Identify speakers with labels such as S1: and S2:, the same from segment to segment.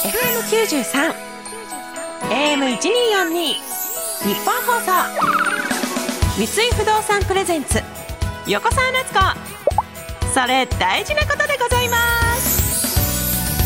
S1: FM93 AM1242 日本放送三井不動産プレゼンツ横澤夏子、それ大事なことでございます。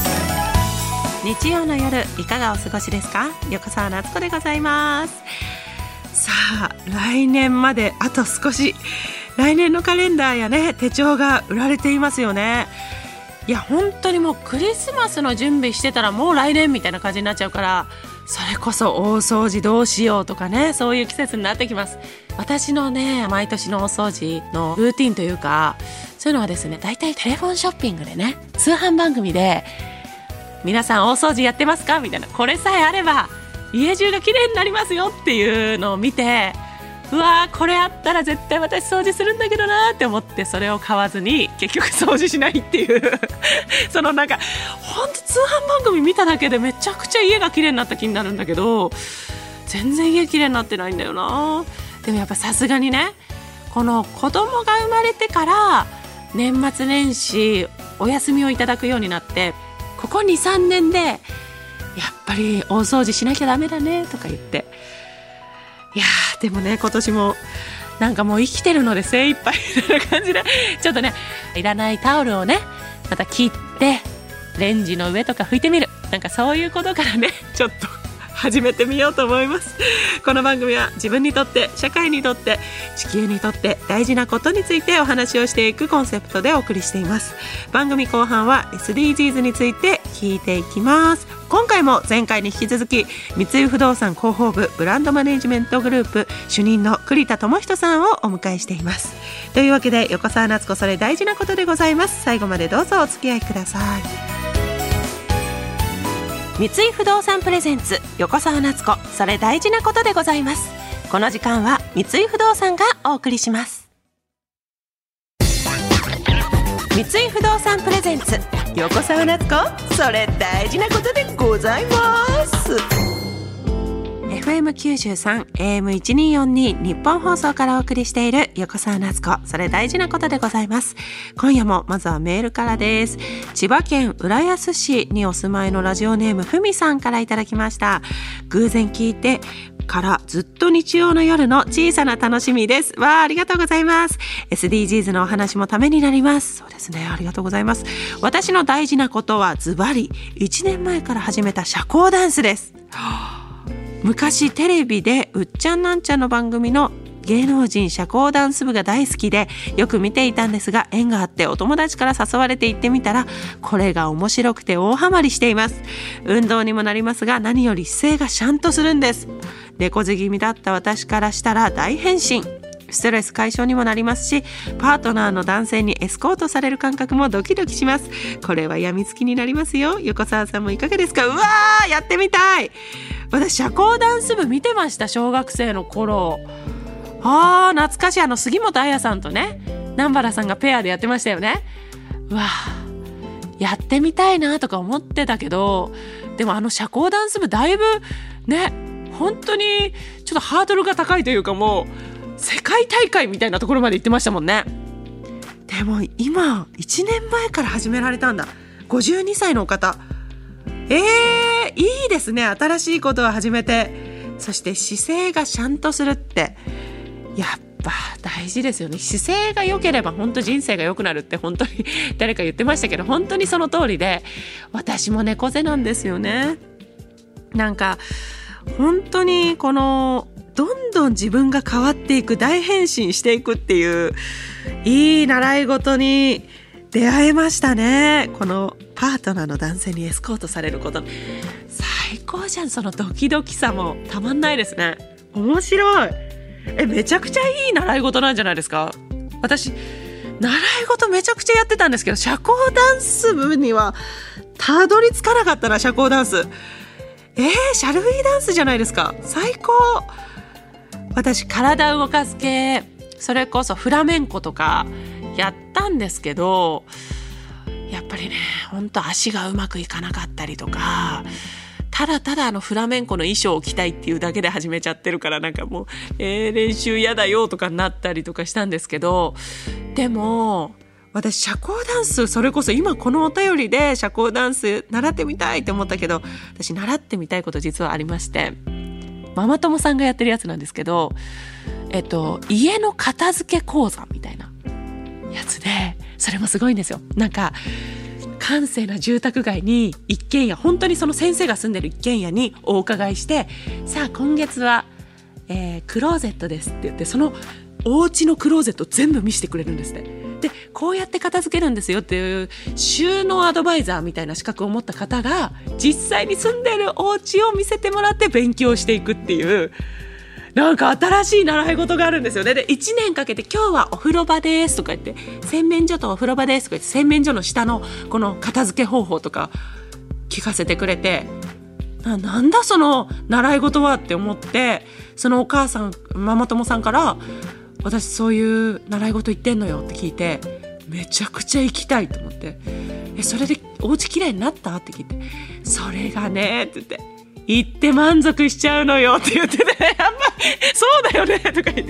S1: 日曜の夜いかがお過ごしですか？横澤夏子でございます。さあ、来年まであと少し。来年のカレンダーやね、手帳が売られていますよね。いや本当にもうクリスマスの準備してたらもう来年みたいな感じになっちゃうから、それこそ大掃除どうしようとかね、そういう季節になってきます。私のね、毎年の大掃除のルーティンというか、そういうのはですね、だいたいテレフォンショッピングでね、通販番組で皆さん大掃除やってますかみたいな、これさえあれば家中が綺麗になりますよっていうのを見て、うわーこれあったら絶対私掃除するんだけどなって思って、それを買わずに結局掃除しないっていうそのなんか本当通販番組見ただけでめちゃくちゃ家が綺麗になった気になるんだけど、全然家綺麗になってないんだよな。でもやっぱさすがにね、この子供が生まれてから年末年始お休みをいただくようになって、ここ 2,3 年でやっぱり大掃除しなきゃダメだねとか言って、いやでもね、今年もなんかもう生きてるので精一杯みたいな感じで、ちょっとね、いらないタオルをねまた切ってレンジの上とか拭いてみる、なんかそういうことからね、ちょっと始めてみようと思います。この番組は自分にとって、社会にとって、地球にとって大事なことについてお話をしていくコンセプトでお送りしています。番組後半は SDGs について聞いていきます。今回も前回に引き続き、三井不動産広報部ブランドマネジメントグループ主任の栗田智人さんをお迎えしています。というわけで、横澤夏子、それ大事なことでございます。最後までどうぞお付き合いください。三井不動産プレゼンツ横澤夏子、それ大事なことでございます。この時間は三井不動産がお送りします。三井不動産プレゼンツ横澤夏子、それ大事なことでございます。 FM93 AM1242 日本放送からお送りしている横澤夏子、それ大事なことでございます。今夜もまずはメールからです。千葉県浦安市にお住まいのラジオネームふみさんからいただきました。偶然聞いてからずっと日曜の夜の小さな楽しみです。わあ、ありがとうございます。 SDGs のお話もためになります。そうですね、ありがとうございます。私の大事なことはズバリ1年前から始めた社交ダンスです。昔テレビでうっちゃんなんちゃんの番組の芸能人社交ダンス部が大好きでよく見ていたんですが、縁があってお友達から誘われて行ってみたら、これが面白くて大ハマりしています。運動にもなりますが、何より姿勢がシャンとするんです。猫背気味だった私からしたら大変身。ストレス解消にもなりますし、パートナーの男性にエスコートされる感覚もドキドキします。これは病みつきになりますよ。横澤さんもいかがですか？うわー、やってみたい。私社交ダンス部見てました、小学生の頃。懐かしい。杉本彩さんとね、南原さんがペアでやってましたよね。うわー、やってみたいなとか思ってたけど、でも社交ダンス部だいぶね、本当にちょっとハードルが高いというか、もう世界大会みたいなところまで行ってましたもんね。でも今1年前から始められたんだ。52歳のお方、いいですね。新しいことを始めて、そして姿勢がシャンとするってやっぱ大事ですよね。姿勢が良ければ本当人生が良くなるって本当に誰か言ってましたけど、本当にその通りで、私も猫背なんですよね。なんか本当にこのどんどん自分が変わっていく、大変身していくっていういい習い事に出会えましたね。このパートナーの男性にエスコートされること、最高じゃん。そのドキドキさもたまんないですね。面白い。めちゃくちゃいい習い事なんじゃないですか。私習い事めちゃくちゃやってたんですけど、社交ダンス部にはたどり着かなかったな。社交ダンス、シャルウィーダンスじゃないですか。最高。私体動かす系、それこそフラメンコとかやったんですけど、やっぱりね、本当足がうまくいかなかったりとか、ただただフラメンコの衣装を着たいっていうだけで始めちゃってるから、なんかもう、練習嫌だよとかなったりとかしたんですけど、でも私社交ダンス、それこそ今このお便りで社交ダンス習ってみたいって思ったけど、私習ってみたいこと実はありまして、ママ友さんがやってるやつなんですけど、家の片付け講座みたいなやつで、それもすごいんですよ。なんか閑静な住宅街に一軒家、本当にその先生が住んでる一軒家にお伺いして、さあ今月は、クローゼットですって言って、そのお家のクローゼット全部見せてくれるんですね。でこうやって片付けるんですよっていう収納アドバイザーみたいな資格を持った方が実際に住んでるお家を見せてもらって勉強していくっていう、なんか新しい習い事があるんですよね。で1年かけて今日はお風呂場ですとか言って、洗面所とお風呂場ですとか言って、洗面所の下のこの片付け方法とか聞かせてくれて、なんだその習い事はって思って、そのお母さん、ママ友さんから、私そういう習い事行ってんのよって聞いて、めちゃくちゃ行きたいと思って、それでお家きれいになったって聞いて、それがねって言って、行って満足しちゃうのよって言ってて、やっぱそうだよねとか言って、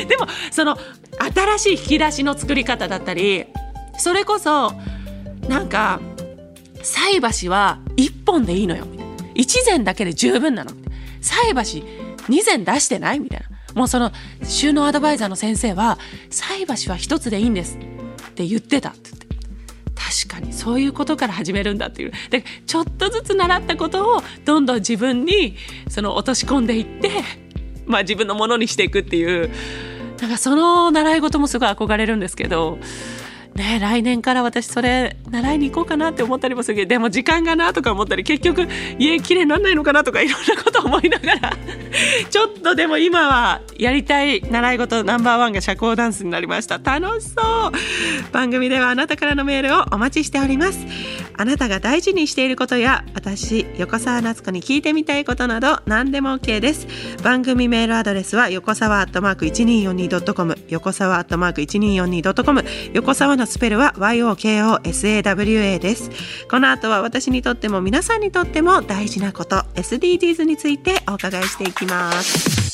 S1: でもその新しい引き出しの作り方だったり、それこそなんか菜箸は1本でいいのよみたいな、1膳だけで十分なのみたいな、菜箸2膳出してないみたいな、もうその収納アドバイザーの先生は菜箸は1つでいいんですって言ってたって言って、確かにそういうことから始めるんだっていう。でちょっとずつ習ったことをどんどん自分にその落とし込んでいって、自分のものにしていくっていう、なんかその習い事もすごい憧れるんですけどね。来年から私それ習いに行こうかなって思ったりもするけど、でも時間がなとか思ったり、結局家きれいにならないのかなとかいろんなこと思いながらちょっとでも今はやりたい習い事ナンバー1が社交ダンスになりました。楽しそう。番組ではあなたからのメールをお待ちしております。あなたが大事にしていることや、私横澤夏子に聞いてみたいことなど何でも OK です。番組メールアドレスは横澤@1242.com、横澤@1242.com、横澤のスペルは YOKOSAWA です。この後は私にとっても皆さんにとっても大事なこと SDGs についてお伺いしていきます。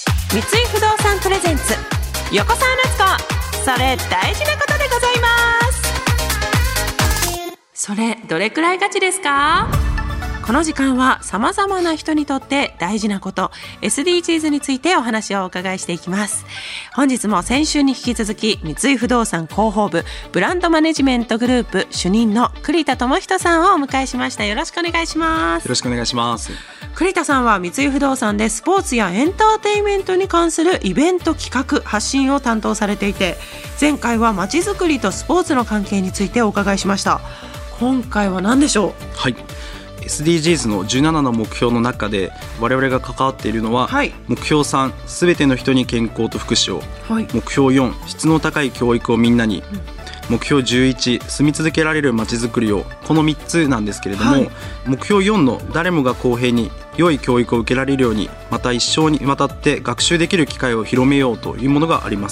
S1: 三井不動産プレゼンツ横澤夏子、それ大事なことでございます。それどれくらいガチですか？この時間は様々な人にとって大事なこと SDGs についてお話をお伺いしていきます。本日も先週に引き続き、三井不動産広報部ブランドマネジメントグループ主任の栗田智人さんをお迎えしました。よろしくお願いします。
S2: よろしくお願いします。
S1: 栗田さんは三井不動産でスポーツやエンターテインメントに関するイベント企画発信を担当されていて、前回はまちづくりとスポーツの関係についてお伺いしました。今回は何でしょう？
S2: はい、SDGs の17の目標の中で我々が関わっているのは、目標3、すべての人に健康と福祉を、目標4、質の高い教育をみんなに、目標11、住み続けられるまちづくりを、この3つなんですけれども、目標4の誰もが公平に良い教育を受けられるように、また一生にわたって学習できる機会を広めようというものがあります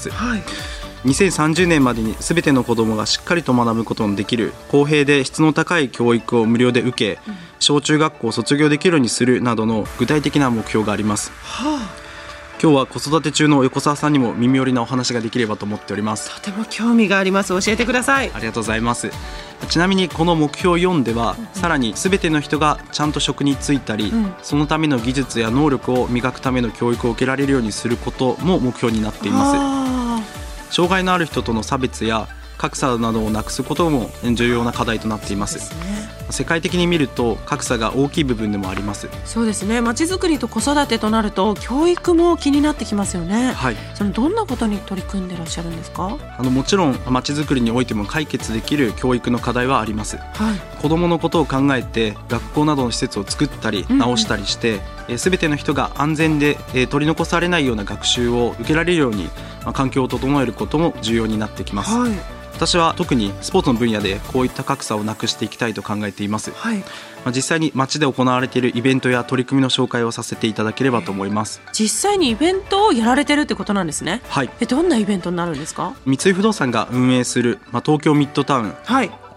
S2: 。2030年までに全ての子どもがしっかりと学ぶことのできる公平で質の高い教育を無料で受け、小中学校を卒業できるようにするなどの具体的な目標があります。今日は子育て中の横澤さんにも耳寄りなお話ができればと思っております。
S1: とても興味があります。教えてください。
S2: ありがとうございます。ちなみにこの目標4では、さらに全ての人がちゃんと職に就いたり、そのための技術や能力を磨くための教育を受けられるようにすることも目標になっています。障害のある人との差別や格差などをなくすことも重要な課題となっています。世界的に見ると格差が大きい部分でもあります。
S1: そうですね。まちづくりと子育てとなると教育も気になってきますよね。そのどんなことに取り組んでらっしゃるんですか？
S2: もちろんまちづくりにおいても解決できる教育の課題はあります。子どものことを考えて学校などの施設を作ったり直したりして、全ての人が安全で取り残されないような学習を受けられるように環境を整えることも重要になってきます。私は特にスポーツの分野でこういった格差をなくしていきたいと考えています。実際に街で行われているイベントや取り組みの紹介をさせていただければと思います。
S1: 実際にイベントをやられてるってことなんですね。どんなイベントになるんですか？
S2: 三井不動産が運営する、東京ミッドタウン、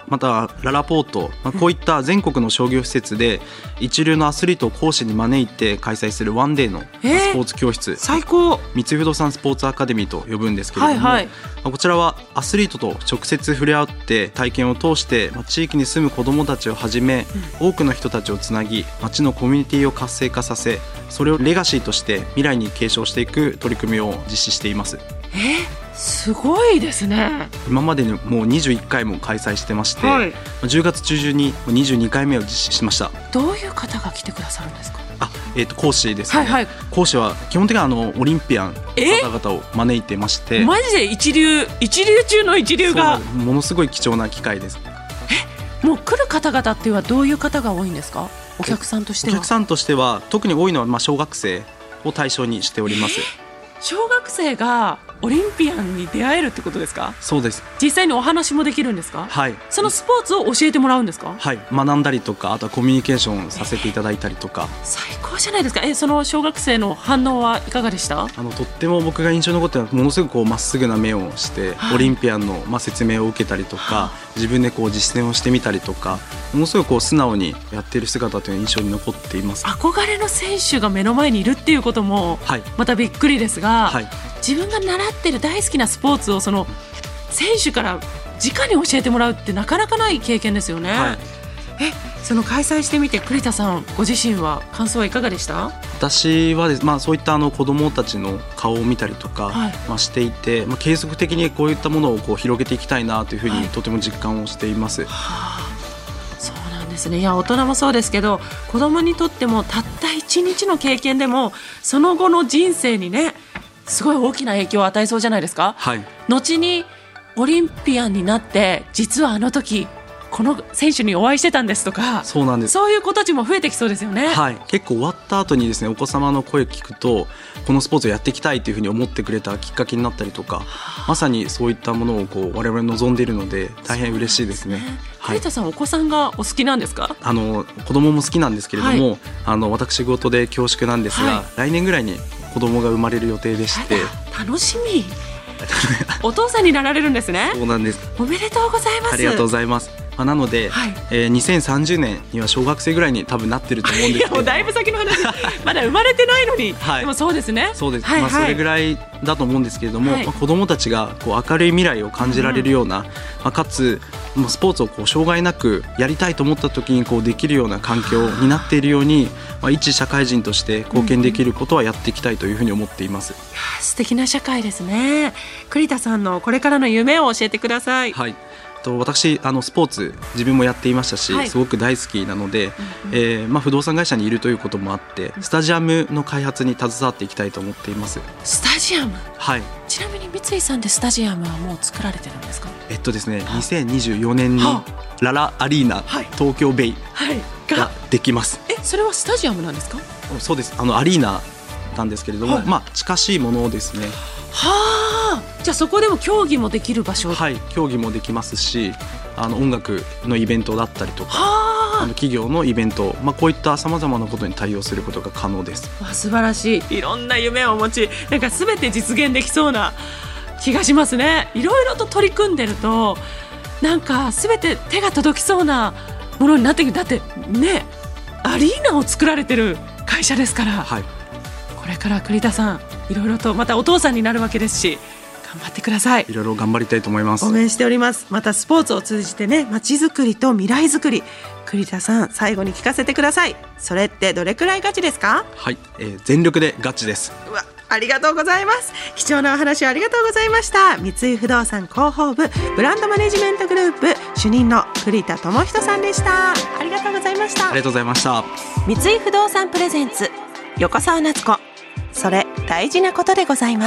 S2: またララポート、こういった全国の商業施設で一流のアスリートを講師に招いて開催するワンデーのスポーツ教室、
S1: 最高。
S2: 三井不動産スポーツアカデミーと呼ぶんですけれども、こちらはアスリートと直接触れ合って体験を通して地域に住む子どもたちをはじめ、多くの人たちをつなぎ町のコミュニティを活性化させ、それをレガシーとして未来に継承していく取り組みを実施しています。
S1: すごいですね。
S2: 今までにもう21回も開催してまして、10月中旬に22回目を実施しました。
S1: どういう方が来てくださるんですか？
S2: 講師ですね、講師は基本的にはオリンピアンの方々を招いてまして、
S1: マジで一流中の一流が
S2: ものすごい貴重な機会です。
S1: もう来る方々っていうのはどういう方が多いんですか？お客さんとしては。
S2: お客さんとしては特に多いのは小学生を対象にしております。
S1: 小学生がオリンピアンに出会えるってことですか？
S2: そうです。
S1: 実際にお話もできるんですか？
S2: はい。
S1: そのスポーツを教えてもらうんですか？
S2: はい、学んだりとか、あとはコミュニケーションさせていただいたりとか。
S1: 最高じゃないですか。その小学生の反応はいかがでした？
S2: とっても僕が印象に残っているのは、ものすごくまっすぐな目をして、オリンピアンの説明を受けたりとか、自分で実践をしてみたりとか、ものすごく素直にやっている姿というのが印象に残っています。
S1: 憧れの選手が目の前にいるっていうこともまたびっくりですが、自分が習っている大好きなスポーツをその選手から直に教えてもらうってなかなかない経験ですよね。その開催してみて栗田さんご自身は感想はいかがでした？
S2: 私はです、そういった子どもたちの顔を見たりとか、していて、継続的にこういったものを広げていきたいなというふうにとても実感をしています。
S1: そうなんですね。いや、大人もそうですけど、子どもにとってもたった一日の経験でもその後の人生にね、すごい大きな影響を与えそうじゃないですか。後にオリンピアンになって実はあの時この選手にお会いしてたんですとか、
S2: そうなんです。
S1: そういう子たちも増えてきそうですよね。
S2: 結構終わった後にですね、お子様の声を聞くと、このスポーツをやっていきたいというふうに思ってくれたきっかけになったりとか、まさにそういったものを我々望んでいるので大変嬉しいですね。
S1: 栗田さん、お子さんがお好きなんですか？
S2: 子供も好きなんですけれども、私事で恐縮なんですが、来年ぐらいに子供が生まれる予定でして。
S1: 楽しみ。お父さんになられるんですね。
S2: そうなんです。
S1: おめでとうございます。
S2: ありがとうございます。なので、2030年には小学生ぐらいに多分なってると思うんですけど、
S1: もうだいぶ先の話まだ生まれてないのに、でもそうですね。
S2: そうです、それぐらいだと思うんですけれども、子どもたちが明るい未来を感じられるような、かつスポーツを障害なくやりたいと思った時にできるような環境になっているように、一社会人として貢献できることはやっていきたいというふうに思っています。
S1: 素敵な社会ですね。栗田さんのこれからの夢を教えてください。
S2: 私スポーツ自分もやっていましたし、すごく大好きなので、不動産会社にいるということもあって、スタジアムの開発に携わっていきたいと思っています。
S1: スタジアム、ちなみに三井さんでスタジアムはもう作られてるんですか？
S2: ですね、2024年にララアリーナ、東京ベイができます。
S1: それはスタジアムなんですか？
S2: そうです。アリーナなんですけれども、近しいものですね。
S1: じゃあそこでも競技もできる場所？
S2: 競技もできますし、音楽のイベントだったりとか、企業のイベント、こういったさまざまなことに対応することが可能です。
S1: 素晴らしい。いろんな夢をお持ち、全て実現できそうな気がしますね。いろいろと取り組んでると全て手が届きそうなものになってくる。だってね、アリーナを作られてる会社ですから、これから栗田さんいろいろとまたお父さんになるわけですし、頑張ってください。
S2: いろいろ頑張りたいと思います。
S1: 応援しております。またスポーツを通じてね、街づくりと未来づくり、栗田さん最後に聞かせてください。それってどれくらいガチですか？
S2: 全力でガチです。
S1: ありがとうございます。貴重なお話をありがとうございました。三井不動産広報部ブランドマネジメントグループ主任の栗田智人さんでした。ありがとうございました。
S2: ありがとうございました。
S1: 三井不動産プレゼンツ横澤夏子、それ大事なことでございます。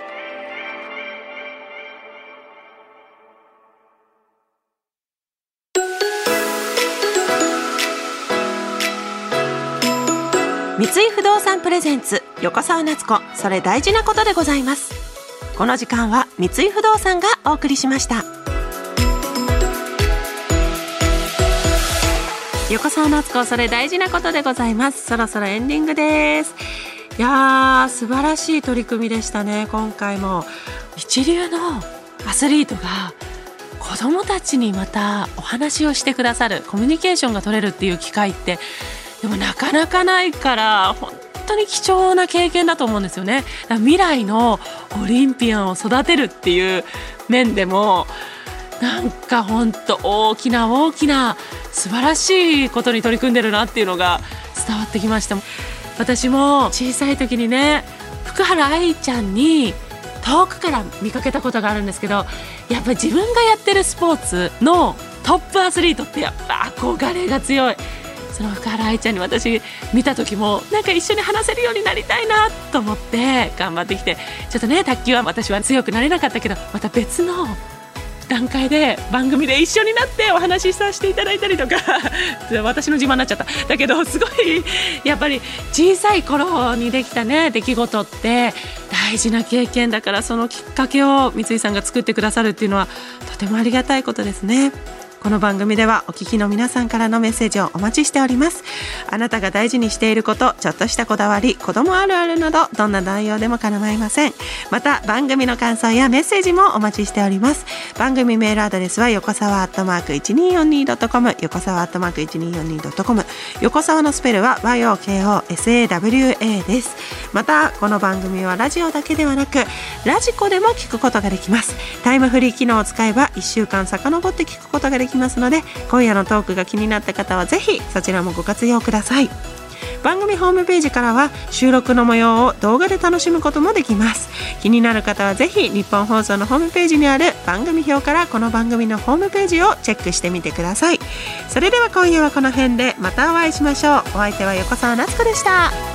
S1: 三井不動産プレゼンツ横澤夏子、それ大事なことでございます。この時間は三井不動産がお送りしました。横澤夏子、それ大事なことでございます。そろそろエンディングです。いやー、素晴らしい取り組みでしたね。今回も一流のアスリートが子どもたちにまたお話をしてくださる、コミュニケーションが取れるっていう機会ってでもなかなかないから、本当に貴重な経験だと思うんですよね。だから未来のオリンピアンを育てるっていう面でもなんか本当大きな素晴らしいことに取り組んでるなっていうのが伝わってきました。私も小さい時にね、福原愛ちゃんに遠くから見かけたことがあるんですけど、やっぱり自分がやってるスポーツのトップアスリートってやっぱ憧れが強い。その福原愛ちゃんに私見た時もなんか一緒に話せるようになりたいなと思って頑張ってきて、ちょっとね卓球は私は強くなれなかったけど、また別の段階で番組で一緒になってお話しさせていただいたりとか私の自慢になっちゃった。だけどすごいやっぱり小さい頃にできたね出来事って大事な経験だから、そのきっかけを三井さんが作ってくださるっていうのはとてもありがたいことですね。この番組ではお聞きの皆さんからのメッセージをお待ちしております。あなたが大事にしていること、ちょっとしたこだわり、子供あるあるなどどんな内容でも構いません。また番組の感想やメッセージもお待ちしております。番組メールアドレスは横澤@1242.com、横澤@1242.com、横澤のスペルは YOKOSAWA です。またこの番組はラジオだけではなくラジコでも聞くことができます。タイムフリー機能を使えば1週間遡って聞くことができますので、今夜のトークが気になった方はぜひそちらもご活用ください。番組ホームページからは収録の模様を動画で楽しむこともできます。気になる方はぜひ日本放送のホームページにある番組表からこの番組のホームページをチェックしてみてください。それでは今夜はこの辺でまたお会いしましょう。お相手は横澤夏子でした。